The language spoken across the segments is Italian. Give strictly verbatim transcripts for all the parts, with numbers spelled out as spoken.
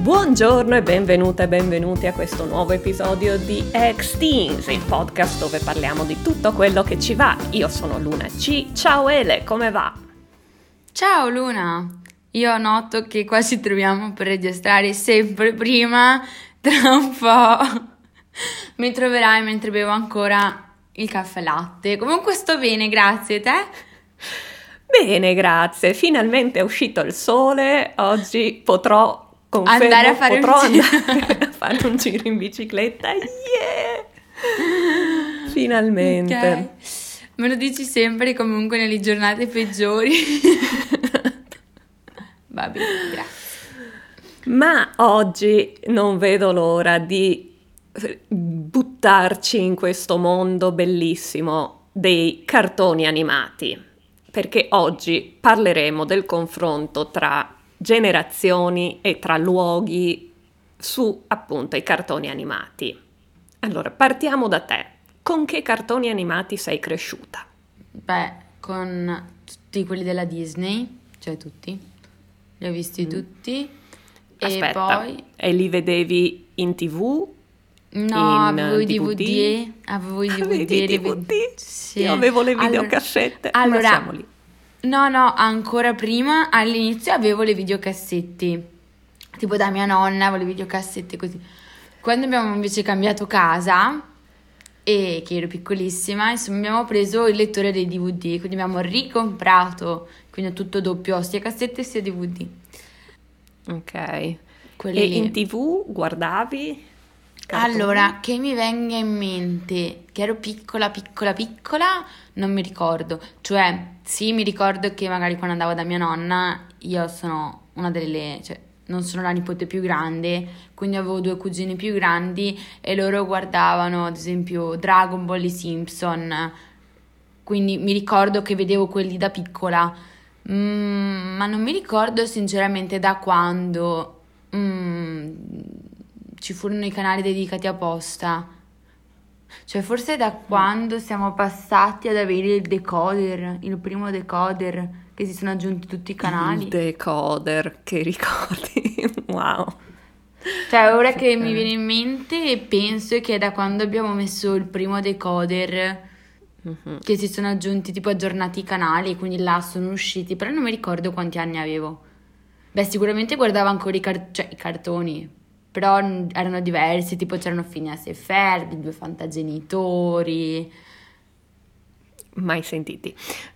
Buongiorno e benvenute e benvenuti a questo nuovo episodio di Ex-Teens, il podcast dove parliamo di tutto quello che ci va. Io sono Luna C. Ciao Ele, come va? Ciao Luna, io noto che qua ci troviamo per registrare sempre prima, tra un po' mi troverai mentre bevo ancora il caffè latte. Comunque sto bene, grazie, te? Bene, grazie, finalmente è uscito il sole, oggi potrò... Confermo, andare a fare potrò un giro. andare a fare un giro in bicicletta, yeah! Finalmente. Okay. Me lo dici sempre comunque nelle giornate peggiori. Va bene, grazie. Ma oggi non vedo l'ora di buttarci in questo mondo bellissimo dei cartoni animati, perché oggi parleremo del confronto tra generazioni e tra luoghi su appunto i cartoni animati. Allora, partiamo da te. Con che cartoni animati sei cresciuta? Beh, con tutti quelli della Disney, cioè tutti, li ho visti Mm. tutti. Aspetta, E poi e li vedevi in tivù? no, in avevo i D V D? D V D, avevo i Avevi D V D, i li D V D? ve- sì. Io avevo le Allora- videocassette, allora, ma siamo lì. No, no, ancora prima, all'inizio avevo le videocassetti, tipo da mia nonna avevo le videocassette così. Quando abbiamo invece cambiato casa, e che ero piccolissima, insomma abbiamo preso il lettore dei D V D, quindi abbiamo ricomprato, quindi tutto doppio, sia cassette sia D V D. Ok. Quelli E lì. in tivù guardavi cartoni? Allora, che mi venga in mente, che ero piccola, piccola, piccola, non mi ricordo. Cioè, sì, mi ricordo che magari quando andavo da mia nonna, io sono una delle, cioè, non sono la nipote più grande, quindi avevo due cugini più grandi e loro guardavano, ad esempio, Dragon Ball e Simpson. Quindi mi ricordo che vedevo quelli da piccola. Mm, ma non mi ricordo sinceramente da quando mm, ci furono i canali dedicati apposta. Cioè, forse da quando siamo passati ad avere il decoder, il primo decoder, che si sono aggiunti tutti i canali. Il decoder, che ricordi? Wow. Cioè, ora che Ok. mi viene in mente, penso che è da quando abbiamo messo il primo decoder Mhm. che si sono aggiunti, tipo aggiornati i canali, quindi là sono usciti, però non mi ricordo quanti anni avevo. Beh, sicuramente guardavo ancora i, car- cioè, i cartoni, però n- erano diversi, tipo c'erano Phineas e Ferb, i due fantagenitori. Mai sentiti.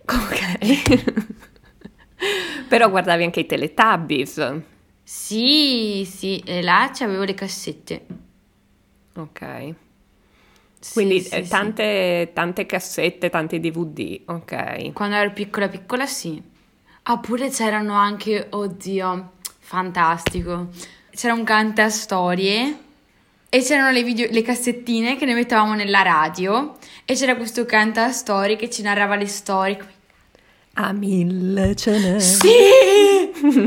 Ok. Però guardavi anche i Teletubbies. Sì, sì, e là c'avevo le cassette. Ok. Sì, Quindi sì, eh, sì. tante, tante cassette, tanti D V D. Ok. Quando ero piccola piccola sì. Oppure c'erano anche, oddio, fantastico. C'era un cantastorie e c'erano le, video, le cassettine che ne mettevamo nella radio e c'era questo cantastorie che ci narrava le storie. A mille ce n'è. Sì!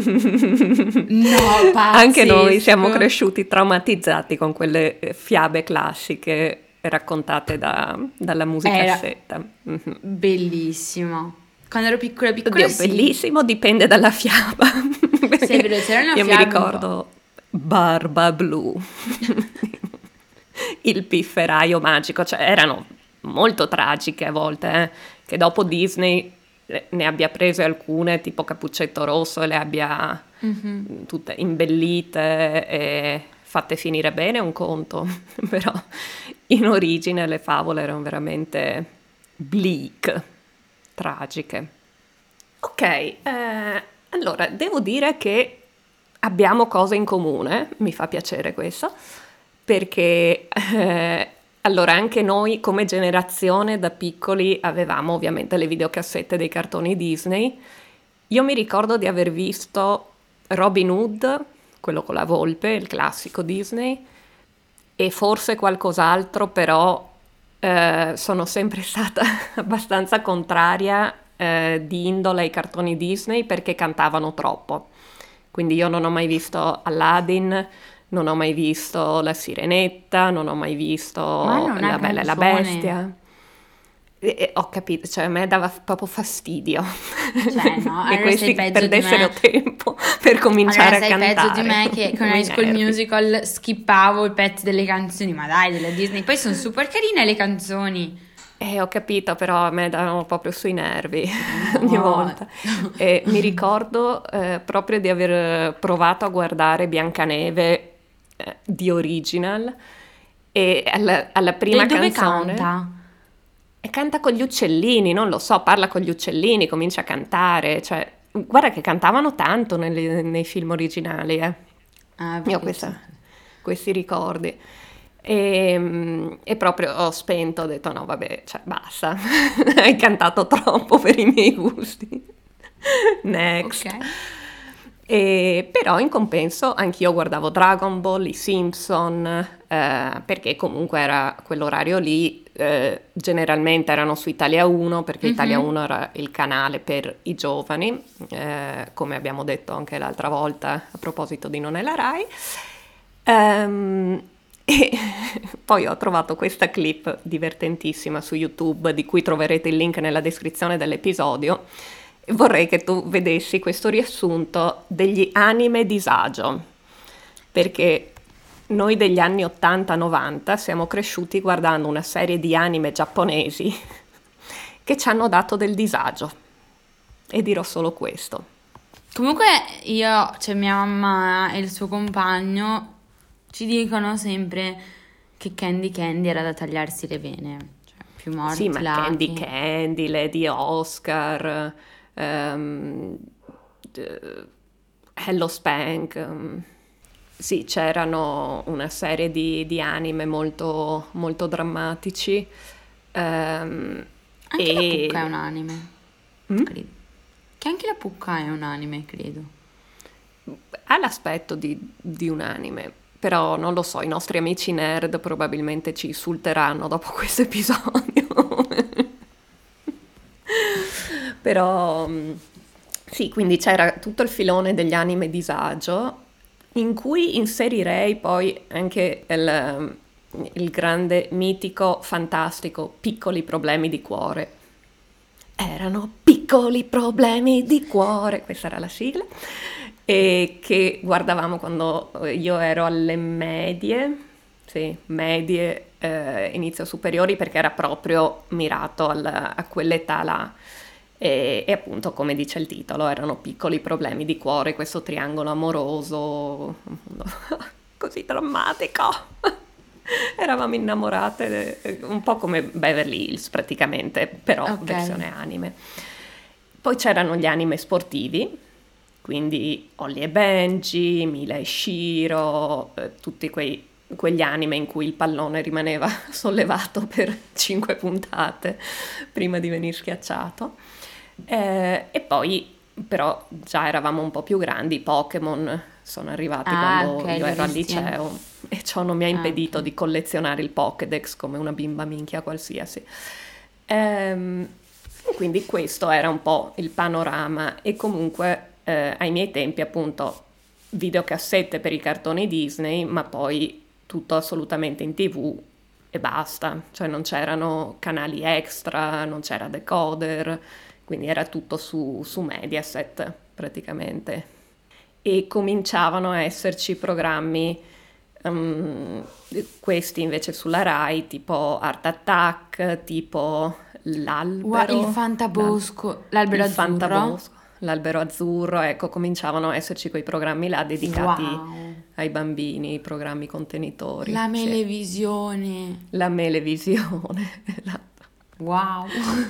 No, Anche noi siamo pazzesco. cresciuti traumatizzati con quelle eh, fiabe classiche raccontate da- dalla musicassetta. Mhm. Bellissimo. Quando ero piccola piccola Oddio, sì. bellissimo, dipende dalla fiaba. Sì, è vero, c'erano Io mi fiabe un po'. ricordo Barba Blu, il pifferaio magico, cioè erano molto tragiche a volte, eh, che dopo Disney eh, ne abbia prese alcune, tipo Cappuccetto Rosso, e le abbia Mhm. tutte imbellite e fatte finire bene, è un conto, però in origine le favole erano veramente bleak, tragiche. Ok, eh, allora devo dire che abbiamo cose in comune, mi fa piacere questo, perché eh, allora anche noi come generazione da piccoli avevamo ovviamente le videocassette dei cartoni Disney. Io mi ricordo di aver visto Robin Hood, quello con la volpe, il classico Disney, e forse qualcos'altro, però eh, sono sempre stata abbastanza contraria eh, di indole ai cartoni Disney perché cantavano troppo. Quindi io non ho mai visto Aladdin, non ho mai visto La Sirenetta, non ho mai visto Ma è una La Bella e la canzone. Bestia. E- e ho capito, cioè a me dava f- proprio fastidio Cioè, no, che allora sei questi peggio di perdessero me. tempo per cominciare Allora a sei peggio di cantare. me che con Mi High School nervi. Musical skippavo i pezzi delle canzoni, ma dai, della Disney. Poi sono super carine le canzoni. Eh, ho capito, però a me davano proprio sui nervi ogni No. volta. E mi ricordo eh, proprio di aver provato a guardare Biancaneve eh, di Original e alla, alla E prima dove canzone canta? e canta con gli uccellini, non lo so, parla con gli uccellini, comincia a cantare, cioè guarda che cantavano tanto nelle- nei film originali, eh. Ah, Io ho perché sì. questa- questi ricordi. E, mm, e proprio ho spento, ho detto no, vabbè, cioè basta, hai cantato troppo per i miei gusti. Ok. Next. E, però in compenso anch'io guardavo Dragon Ball, i Simpson, eh, perché comunque era quell'orario lì, eh, generalmente erano su Italia uno, perché Italia Mhm. uno era il canale per i giovani, eh, come abbiamo detto anche l'altra volta a proposito di Non è la Rai. Ehm, e poi ho trovato questa clip divertentissima su YouTube, di cui troverete il link nella descrizione dell'episodio. E vorrei che tu vedessi questo riassunto degli anime disagio, perché noi degli anni ottanta novanta siamo cresciuti guardando una serie di anime giapponesi che ci hanno dato del disagio. E dirò solo questo. Comunque io, cioè mia mamma e il suo compagno ci dicono sempre che Candy Candy era da tagliarsi le vene. Cioè, più Sì, morti ma là Candy che... Candy, Lady Oscar, ehm, d- Hello Spank. ehm, Sì, c'erano una serie di, di anime molto, molto drammatici. ehm, Anche la Pucca è e un anime, mm? credo. Che anche la Pucca è un anime, credo. Ha l'aspetto di, di un anime, però non lo so, i nostri amici nerd probabilmente ci insulteranno dopo questo episodio. Però mm, sì, quindi c'era tutto il filone degli anime disagio, in cui inserirei poi anche il, il grande, mitico, fantastico Piccoli problemi di cuore. Erano piccoli problemi di cuore, questa era la sigla, e che guardavamo quando io ero alle medie, sì, medie, eh, inizio superiori, perché era proprio mirato al- a quell'età là. E, e appunto, come dice il titolo, erano piccoli problemi di cuore, questo triangolo amoroso così drammatico. Eravamo innamorate, eh, un po' come Beverly Hills praticamente, però Ok. versione anime. Poi c'erano gli anime sportivi, quindi Holly e Benji, Mila e Shiro, eh, tutti quei- quegli anime in cui il pallone rimaneva sollevato per cinque puntate prima di venire schiacciato. Eh, e poi però già eravamo un po' più grandi, i Pokémon sono arrivati Ah, ok, quando io li ho ero al visti. liceo e ciò non mi ha Ah, impedito ok. di collezionare il Pokédex come una bimba minchia qualsiasi. Ehm, quindi questo era un po' il panorama e comunque eh, ai miei tempi appunto videocassette per i cartoni Disney, ma poi tutto assolutamente in T V e basta, cioè non c'erano canali extra, non c'era decoder, quindi era tutto su, su Mediaset praticamente. E cominciavano a esserci programmi, ehm, questi invece sulla Rai, tipo Art Attack, tipo Ua- il L'Albero, l'al- Fantabosco, l'albero il azzurro. Fantabosco, l'Albero Azzurro, ecco, cominciavano a esserci quei programmi là dedicati Wow. ai bambini, programmi contenitori, La sì. Melevisione. La Melevisione, esatto. Wow.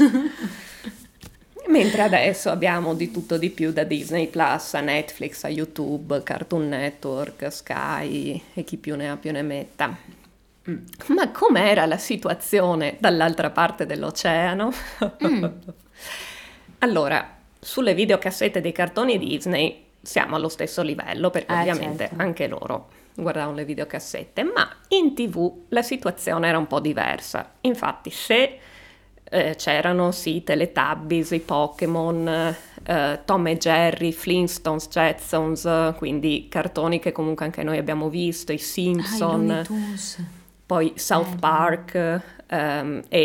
Mentre adesso abbiamo di tutto di più da Disney Plus a Netflix a YouTube, Cartoon Network, Sky e chi più ne ha più ne metta. Mm. Ma com'era la situazione dall'altra parte dell'oceano? Mm. Allora, sulle videocassette dei cartoni Disney siamo allo stesso livello perché Eh, ovviamente certo. anche loro guardavano le videocassette, ma in T V la situazione era un po' diversa. Infatti, se eh, c'erano sì i Teletubbies, i Pokémon, eh, Tom e Jerry, Flintstones, Jetsons, eh, quindi cartoni che comunque anche noi abbiamo visto, i Ah, i Looney Simpson, Tunes. poi South Belli. Park ehm, e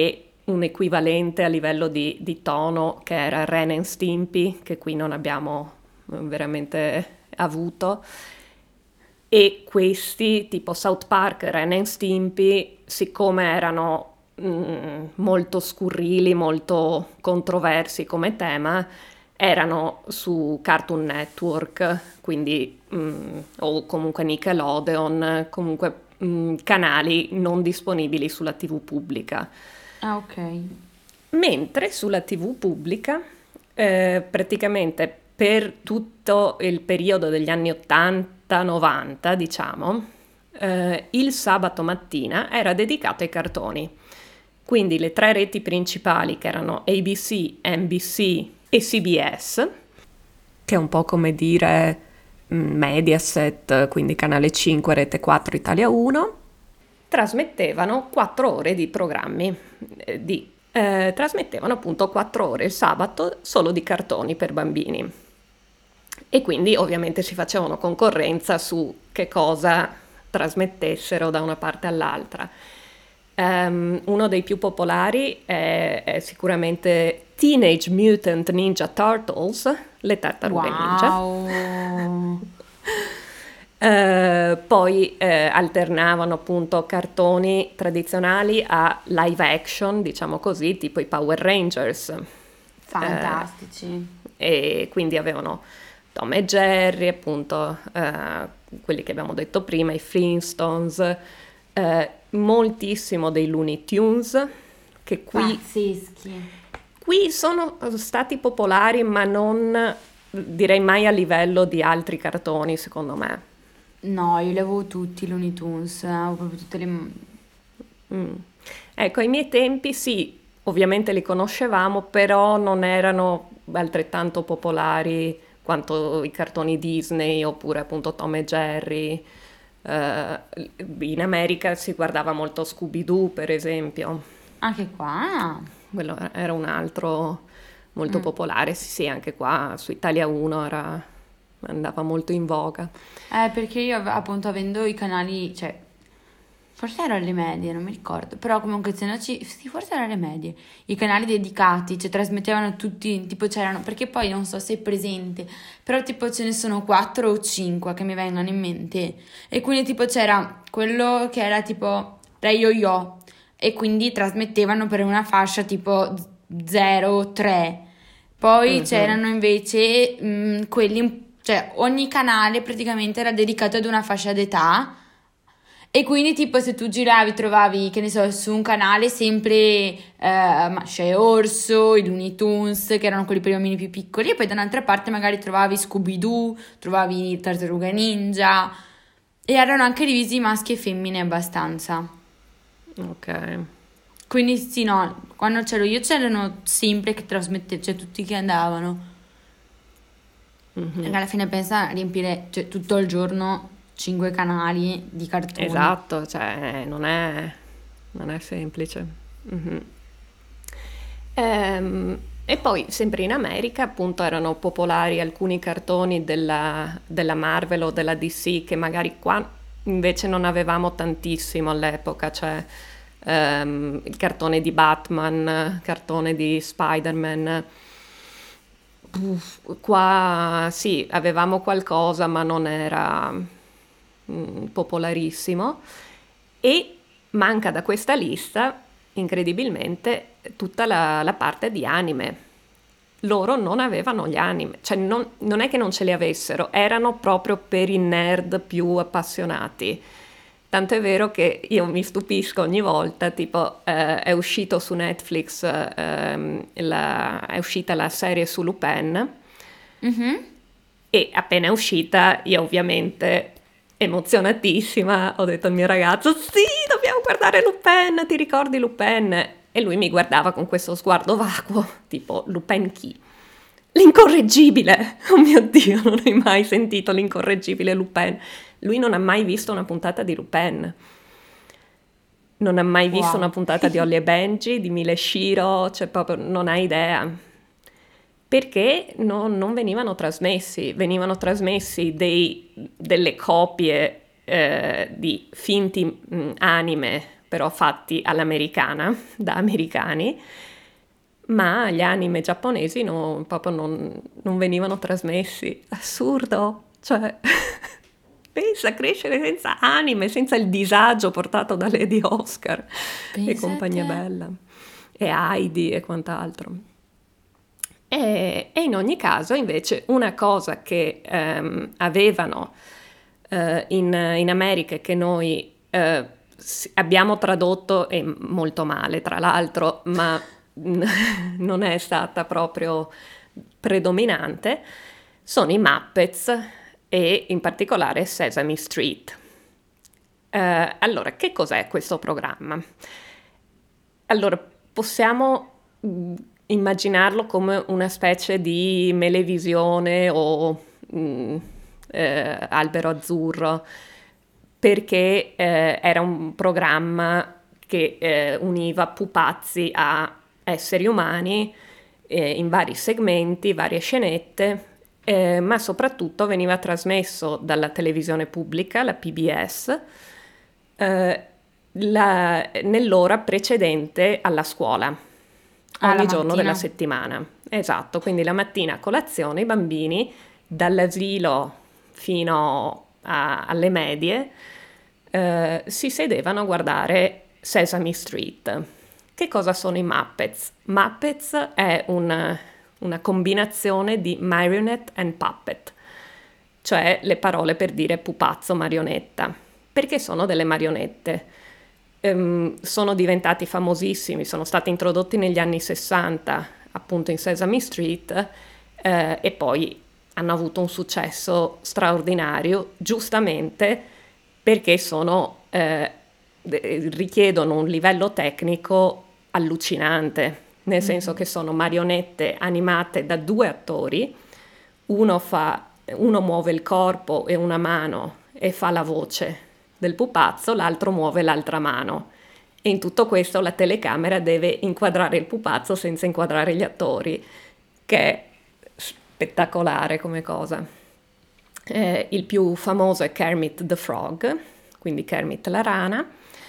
un equivalente a livello di, di tono che era Ren and Stimpy, che qui non abbiamo veramente avuto. E questi, tipo South Park, Ren and Stimpy, siccome erano mm, molto scurrili, molto controversi come tema, erano su Cartoon Network, quindi mm, o comunque Nickelodeon, comunque mm, canali non disponibili sulla T V pubblica. Ah, ok. Mentre sulla T V pubblica, eh, praticamente per tutto il periodo degli anni ottanta novanta, diciamo, eh, il sabato mattina era dedicato ai cartoni. Quindi le tre reti principali, che erano A B C, N B C e C B S, che è un po' come dire mm, Mediaset, quindi Canale cinque, Rete quattro, Italia uno, trasmettevano quattro ore di programmi, eh, di, eh, trasmettevano appunto quattro ore il sabato solo di cartoni per bambini. E quindi ovviamente si facevano concorrenza su che cosa trasmettessero da una parte all'altra. Um, uno dei più popolari è, è sicuramente Teenage Mutant Ninja Turtles, le tartarughe ninja. Wow. Eh, poi eh, alternavano appunto cartoni tradizionali a live action, diciamo così, tipo i Power Rangers. Fantastici. Eh, e quindi avevano Tom e Jerry, appunto, eh, quelli che abbiamo detto prima, i Flintstones, eh, moltissimo dei Looney Tunes, che qui, Pazzeschi. qui sono stati popolari, ma non direi mai a livello di altri cartoni, secondo me. No, io li avevo tutti, i Looney Tunes, avevo proprio tutte le... Mm. Ecco, ai miei tempi sì, ovviamente li conoscevamo, però non erano altrettanto popolari quanto i cartoni Disney oppure appunto Tom e Jerry. Eh, in America si guardava molto Scooby-Doo, per esempio. Anche qua? Quello era un altro molto Mm. popolare, sì, sì, anche qua su Italia uno era, andava molto in voga. Eh, perché io appunto avendo i canali, cioè, forse ero alle medie, non mi ricordo, però comunque se no ci, sì, forse ero alle medie, i canali dedicati, cioè trasmettevano tutti, tipo c'erano, perché poi non so se è presente, però tipo ce ne sono quattro o cinque che mi vengono in mente, e quindi tipo c'era quello che era tipo Re Yo-Yo, e quindi trasmettevano per una fascia tipo zero tre, poi Mhm. c'erano invece mh, quelli, cioè ogni canale praticamente era dedicato ad una fascia d'età, e quindi tipo se tu giravi trovavi, che ne so, su un canale sempre eh, Masha e Orso, i Looney Tunes, che erano quelli per i bambini più piccoli, e poi da un'altra parte magari trovavi Scooby-Doo, trovavi Tartaruga Ninja, e erano anche divisi maschi e femmine abbastanza. Ok. Quindi sì, no, quando c'ero io c'erano sempre che trasmettevano, cioè tutti che andavano. Mhm. E alla fine pensa a riempire, cioè, tutto il giorno cinque canali di cartoni. Esatto, cioè non è, non è semplice. Mhm. Ehm, e poi sempre in America appunto erano popolari alcuni cartoni della, della Marvel o della D C che magari qua invece non avevamo tantissimo all'epoca, cioè ehm, il cartone di Batman, cartone di Spider-Man. Uff, qua sì, avevamo qualcosa, ma non era mm, popolarissimo. E manca da questa lista, incredibilmente, tutta la, la parte di anime. Loro non avevano gli anime, cioè non, non è che non ce li avessero, erano proprio per i nerd più appassionati. Tanto è vero che io mi stupisco ogni volta, tipo eh, è uscito su Netflix, eh, ehm, la- è uscita la serie su Lupin Mhm. e appena è uscita io ovviamente emozionatissima ho detto al mio ragazzo sì, dobbiamo guardare Lupin, ti ricordi Lupin? E lui mi guardava con questo sguardo vacuo, tipo Lupin chi? L'incorreggibile! Oh mio Dio, non hai mai sentito l'incorreggibile Lupin. Lui non ha mai visto una puntata di Lupin. Non ha mai visto una Wow. puntata di Holly e Benji, di Mile e Shiro, cioè proprio non ha idea. Perché no- non venivano trasmessi, venivano trasmessi dei- delle copie eh, di finti mh, anime però fatti all'americana, da americani, ma gli anime giapponesi no, proprio non, non venivano trasmessi. Assurdo! Cioè, pensa a crescere senza anime, senza il disagio portato da Lady Oscar e compagnia Pensate. bella, e Heidi e quant'altro. E, e in ogni caso, invece, una cosa che ehm, avevano eh, in, in America e che noi eh, s- abbiamo tradotto, e molto male tra l'altro, ma non è stata proprio predominante, sono i Muppets e in particolare Sesame Street. Eh, allora, che cos'è questo programma? Allora, possiamo mh, immaginarlo come una specie di Melevisione o mh, eh, Albero Azzurro, perché eh, era un programma che eh, univa pupazzi a esseri umani eh, in vari segmenti, varie scenette, eh, ma soprattutto veniva trasmesso dalla televisione pubblica, la P B S, eh, la- nell'ora precedente alla scuola, Ah, la ogni giorno della mattina. settimana. Esatto, quindi la mattina a colazione i bambini dall'asilo fino a- alle medie eh, si sedevano a guardare Sesame Street. Che cosa sono i Muppets? Muppets è una, una combinazione di marionette and puppet, cioè le parole per dire pupazzo, marionetta, perché sono delle marionette. Ehm, sono diventati famosissimi, sono stati introdotti negli anni sessanta, appunto in Sesame Street, eh, e poi hanno avuto un successo straordinario, giustamente perché sono, eh, de- richiedono un livello tecnico allucinante, nel senso Mhm. che sono marionette animate da due attori, uno fa, uno muove il corpo e una mano e fa la voce del pupazzo, l'altro muove l'altra mano. E in tutto questo la telecamera deve inquadrare il pupazzo senza inquadrare gli attori, che è spettacolare come cosa. Eh, il più famoso è Kermit the Frog, quindi Kermit la rana,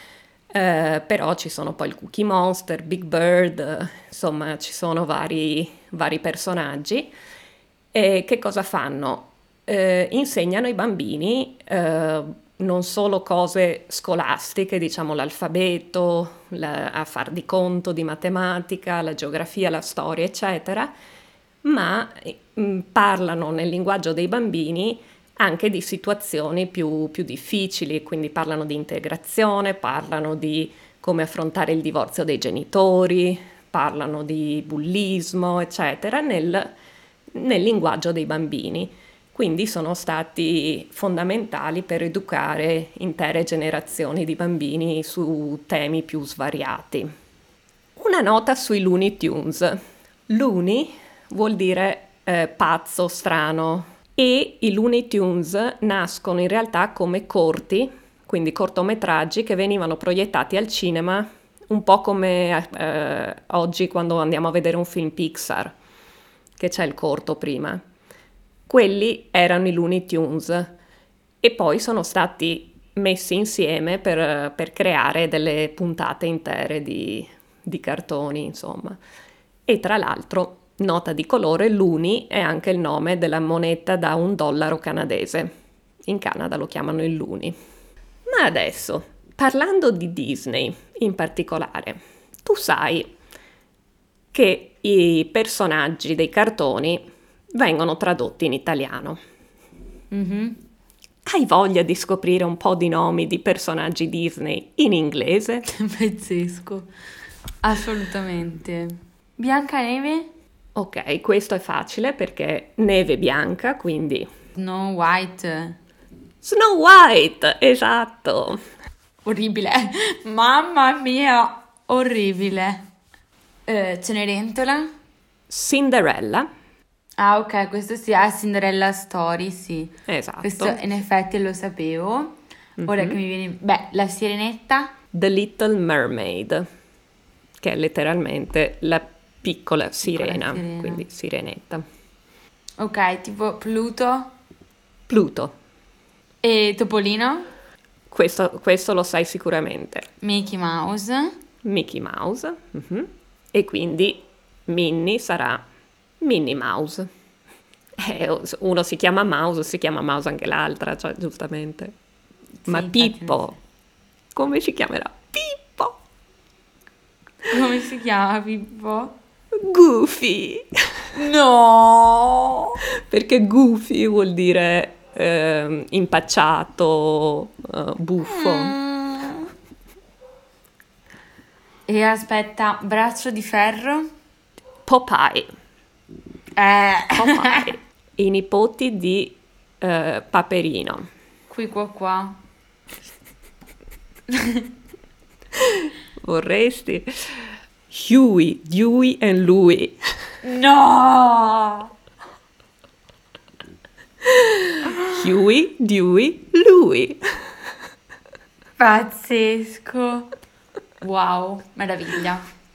eh, però ci sono poi il Cookie Monster, Big Bird, eh, insomma ci sono vari, vari personaggi. E che cosa fanno? Eh, insegnano ai bambini eh, non solo cose scolastiche, diciamo l'alfabeto, la- a far di conto, di matematica, la geografia, la storia, eccetera, ma mm, parlano nel linguaggio dei bambini anche di situazioni più, più difficili, quindi parlano di integrazione, parlano di come affrontare il divorzio dei genitori, parlano di bullismo, eccetera, nel, nel linguaggio dei bambini. Quindi sono stati fondamentali per educare intere generazioni di bambini su temi più svariati. Una nota sui Looney Tunes. Looney vuol dire eh, pazzo, strano, e i Looney Tunes nascono in realtà come corti, quindi cortometraggi che venivano proiettati al cinema, un po' come eh, oggi quando andiamo a vedere un film Pixar, che c'è il corto prima. Quelli erano i Looney Tunes e poi sono stati messi insieme per, per creare delle puntate intere di, di cartoni, insomma. E tra l'altro, nota di colore, l'Uni è anche il nome della moneta da un dollaro canadese. In Canada lo chiamano il Luni. Ma adesso, parlando di Disney in particolare, tu sai che i personaggi dei cartoni vengono tradotti in italiano. Mhm. Hai voglia di scoprire un po' di nomi di personaggi Disney in inglese? Pazzesco. Assolutamente. Biancaneve? Ok, questo è facile perché neve bianca, quindi Snow White. Snow White, esatto. Orribile. Mamma mia, orribile. Eh, Cenerentola? Cinderella, Ah, ok, questo sì, ah, Cinderella Story, sì. Questo esatto. in effetti lo sapevo. Ora che Mhm. mi viene... Beh, la Sirenetta? The Little Mermaid, che è letteralmente la piccola Piccola sirena, sirena. quindi sirenetta. Ok, tipo Pluto Pluto, e Topolino? Questo, questo lo sai sicuramente. Mickey Mouse. Mickey Mouse. Mhm. E quindi Minnie sarà Minnie Mouse. Eh, uno si chiama Mouse, si chiama Mouse anche l'altra, cioè giustamente. Sì, Ma infatti, Pippo, come si chiamerà? Pippo! come si chiama Pippo? Goofy! No! Perché Goofy vuol dire ehm, impacciato, eh, buffo. Mm. E aspetta, braccio di ferro? Popeye. Eh. Popeye. I nipoti di eh, Paperino. Qui qua qua. Vorresti? Huey, Dewey e Louie. No! Huey, Dewey, Louie. Pazzesco. Wow, meraviglia.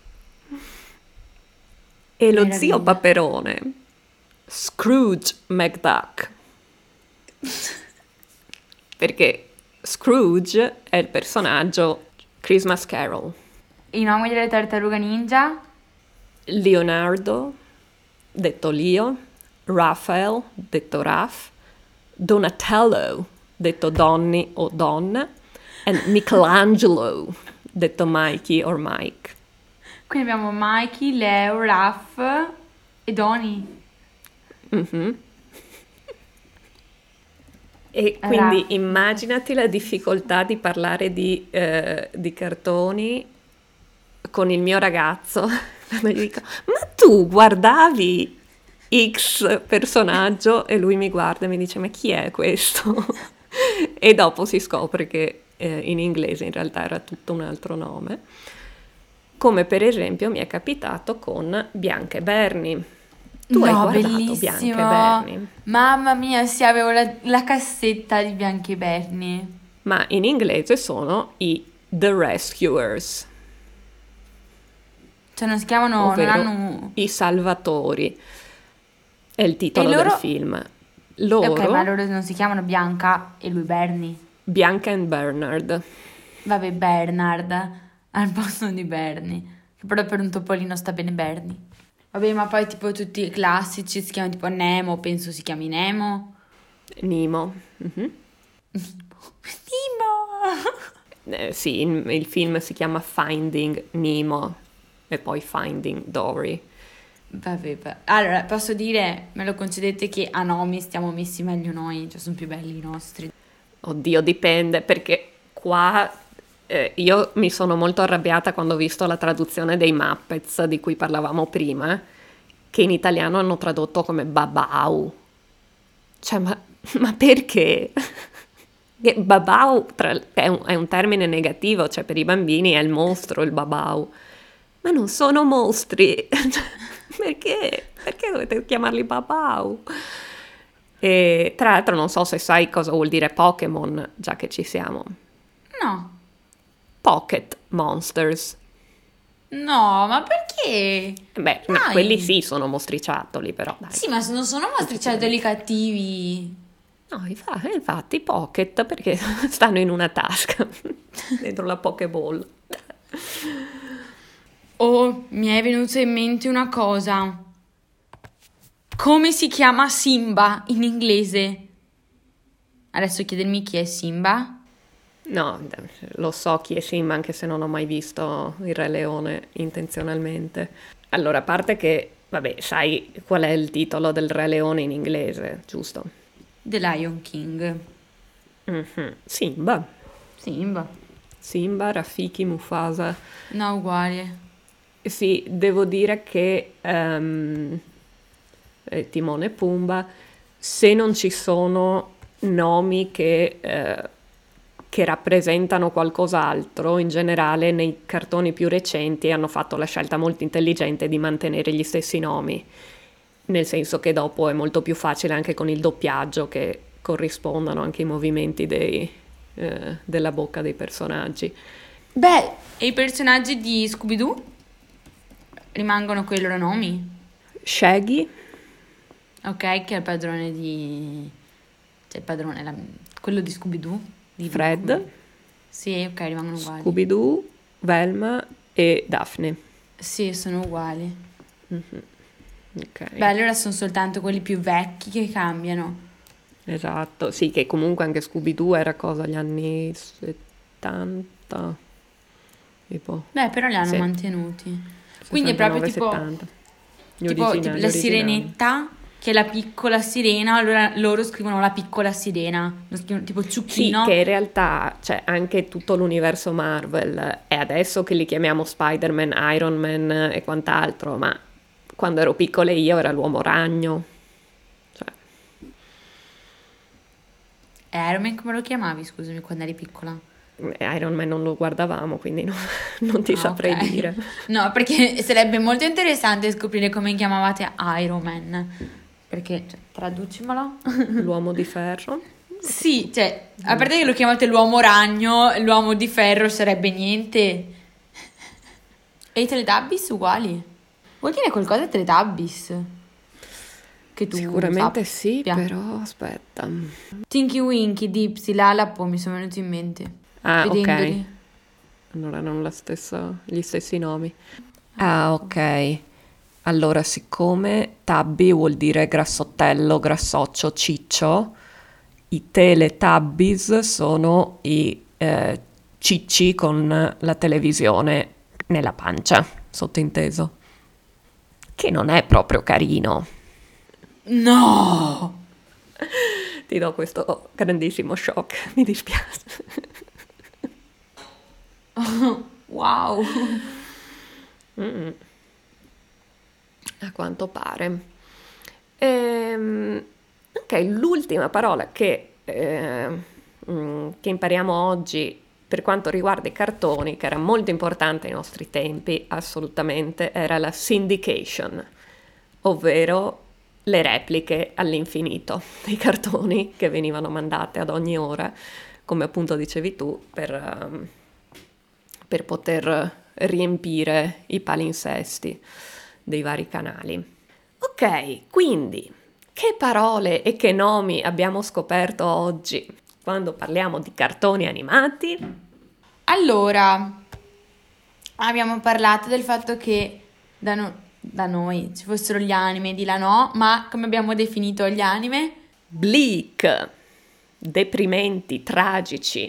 E lo Meraviglia. zio Paperone, Scrooge McDuck. Perché Scrooge è il personaggio Christmas Carol. I nomi delle tartarughe ninja? Leonardo, detto Leo, Raphael, detto Raph, Donatello, detto Donny o Don, e Michelangelo, detto Mikey o Mike. Quindi abbiamo Mikey, Leo, Raph e Donny. Mhm. E quindi Raph. immaginati la difficoltà di parlare di, eh, di cartoni con il mio ragazzo. Quando gli dico, ma tu guardavi X personaggio? E lui mi guarda e mi dice, ma chi è questo? E dopo si scopre che eh, in inglese in realtà era tutto un altro nome. Come per esempio mi è capitato con Bianca e Bernie. Tu hai No, guardato Bianca e bellissimo. Bernie? Mamma mia, sì, avevo la, la cassetta di Bianchi e Bernie. Ma in inglese sono i The Rescuers, Cioè non si chiamano, non ovvero hanno... i Salvatori. È il E titolo del loro... film. Eh, ok, ma Loro, loro non si chiamano Bianca e lui Bernie. Bianca and Bernard. Vabbè, Bernard, al posto di Bernie. Che però per un topolino sta bene Bernie. Vabbè, ma poi tipo tutti i classici si chiamano tipo Nemo, penso si chiami Nemo. Nemo. Mhm. Nemo! Eh, sì, il, il film si chiama Finding Nemo e poi Finding Dory. Vabbè, va- allora posso dire, me lo concedete che a nomi stiamo messi meglio noi, cioè sono più belli i nostri. Oddio, dipende, perché qua eh, io mi sono molto arrabbiata quando ho visto la traduzione dei Muppets di cui parlavamo prima, che in italiano hanno tradotto come Babau. Cioè, ma, ma perché? Che Babau tra- è un, è un termine negativo, cioè per i bambini è il mostro, il Babau. Ma non sono mostri! Perché? Perché dovete chiamarli Babau? E tra l'altro non so se sai cosa vuol dire Pokémon, già che ci siamo. No, Pocket Monsters. no, ma perché? Beh, no, Dai. quelli sì sono mostriciattoli, però dai. Sì, ma non sono mostriciattoli cattivi. No, infa- infatti Pocket perché stanno in una tasca dentro la Pokéball. Oh, mi è venuto in mente una cosa. Come si chiama Simba in inglese? Adesso chiedermi chi è Simba. No, lo so chi è Simba anche se non ho mai visto il Re Leone intenzionalmente. Allora, a parte che, vabbè, sai qual è il titolo del Re Leone in inglese, giusto? The Lion King. Mhm. Simba. Simba. Simba, Rafiki, Mufasa. No, uguale. Sì, devo dire che ehm, eh, Timone e Pumba, se non ci sono nomi che, eh, che rappresentano qualcos'altro, in generale nei cartoni più recenti hanno fatto la scelta molto intelligente di mantenere gli stessi nomi, nel senso che dopo è molto più facile anche con il doppiaggio che corrispondano anche i movimenti dei, eh, della bocca dei personaggi. Beh, e i personaggi di Scooby-Doo? Rimangono quei loro nomi? Shaggy, Ok, che è il padrone di... Cioè il padrone, la- quello di Scooby-Doo? Di Fred, Scooby- Sì, ok, rimangono uguali. Scooby-Doo, Velma e Daphne. Sì, sono uguali. Mhm. Ok. Beh, allora sono soltanto quelli più vecchi che cambiano. Esatto, sì, che comunque anche Scooby-Doo era cosa, gli anni settanta, tipo, Beh, però li hanno sì, mantenuti. Quindi è proprio sessantanove tipo, settanta, gli tipo, tipo originali, gli la originali. sirenetta, che è la piccola sirena, allora loro scrivono la piccola sirena, lo scrivono tipo Sì, che Ciuchino. in realtà c'è anche tutto l'universo Marvel, è adesso che li chiamiamo Spider-Man, Iron Man e quant'altro, ma quando ero piccola io era l'uomo ragno, cioè, Eh, Iron Man come lo chiamavi, scusami, quando eri piccola? Iron Man non lo guardavamo, quindi no- non ti Ah, ok. saprei dire. No, perché sarebbe molto interessante scoprire come chiamavate Iron Man. Perché, cioè, traducimelo. L'uomo di ferro. Sì, cioè, a parte che lo chiamate l'uomo ragno, l'uomo di ferro sarebbe niente. E i Teletubbies uguali. Vuol dire qualcosa ai Teletubbies? Che tu Sicuramente sì, sappia. però aspetta. Tinky Winky, Dipsy, Lalapo mi sono venuti in mente. Ah, ok. Vedendoli. Allora hanno la stessa, gli stessi nomi. Ah, ok. Allora, siccome Tubby vuol dire grassottello, grassoccio, ciccio, i Teletubbies sono i eh, cicci con la televisione nella pancia, sottinteso. Che non è proprio carino. No! Ti do questo grandissimo shock, mi dispiace. Wow! Mm, a quanto pare. Ehm, ok, l'ultima parola che, eh, mm, che impariamo oggi per quanto riguarda i cartoni, che era molto importante ai nostri tempi, assolutamente, era la syndication, ovvero le repliche all'infinito dei cartoni che venivano mandate ad ogni ora, come appunto dicevi tu, per, ehm, per poter riempire i palinsesti dei vari canali. Ok, quindi che parole e che nomi abbiamo scoperto oggi quando parliamo di cartoni animati? Allora, abbiamo parlato del fatto che da, no- da noi ci fossero gli anime di là no, ma come abbiamo definito gli anime? Bleak, deprimenti, tragici.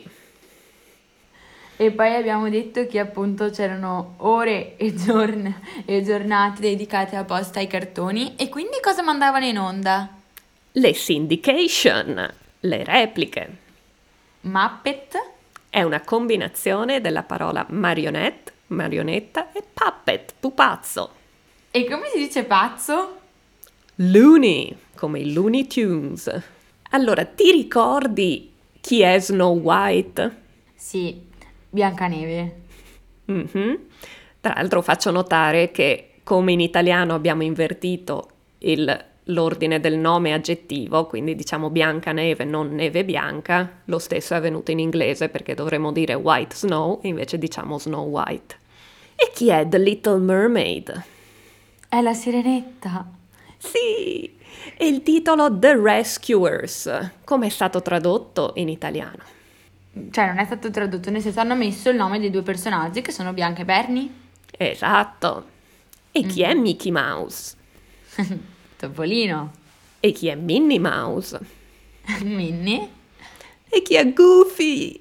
E poi abbiamo detto che appunto c'erano ore e, giorn- e giornate dedicate apposta ai cartoni. E quindi cosa mandavano in onda? Le syndication, le repliche. Muppet? È una combinazione della parola marionette, marionetta e puppet, pupazzo. E come si dice pazzo? Looney, come i Looney Tunes. Allora, ti ricordi chi è Snow White? Sì, Biancaneve. Mhm. Tra l'altro faccio notare che come in italiano abbiamo invertito il- l'ordine del nome aggettivo, quindi diciamo Biancaneve, non neve bianca, lo stesso è avvenuto in inglese perché dovremmo dire White Snow e invece diciamo Snow White. E chi è The Little Mermaid? È la sirenetta. Sì, e il titolo The Rescuers, come è stato tradotto in italiano? Cioè, non è stato tradotto, nel senso hanno messo il nome dei due personaggi che sono Bianca e Bernie. Esatto. E chi è Mickey Mouse? Topolino. E chi è Minnie Mouse? Minnie. E chi è Goofy?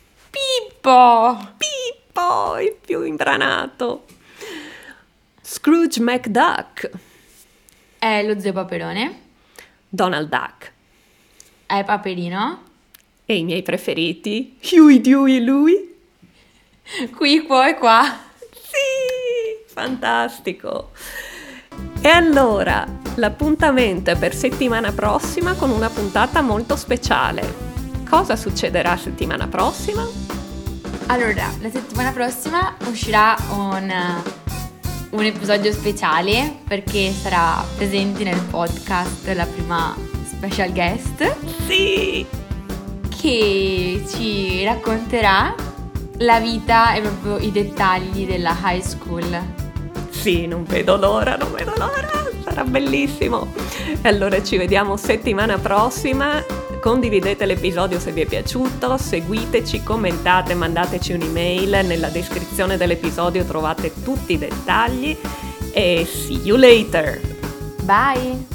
Pippo. Pippo, il più imbranato. Scrooge McDuck. È lo zio Paperone. Donald Duck. È Paperino. E i miei preferiti? Huey, Dewey, Louie? Qui, qua e qua. Sì, fantastico. E allora, l'appuntamento è per settimana prossima con una puntata molto speciale. Cosa succederà settimana prossima? Allora, la settimana prossima uscirà un, un episodio speciale perché sarà presente nel podcast la prima special guest Sì! che ci racconterà la vita e proprio i dettagli della high school. Sì, non vedo l'ora, non vedo l'ora, sarà bellissimo. E allora ci vediamo settimana prossima condividete l'episodio se vi è piaciuto, seguiteci, commentate, mandateci un'email, nella descrizione dell'episodio trovate tutti i dettagli e see you later! Bye!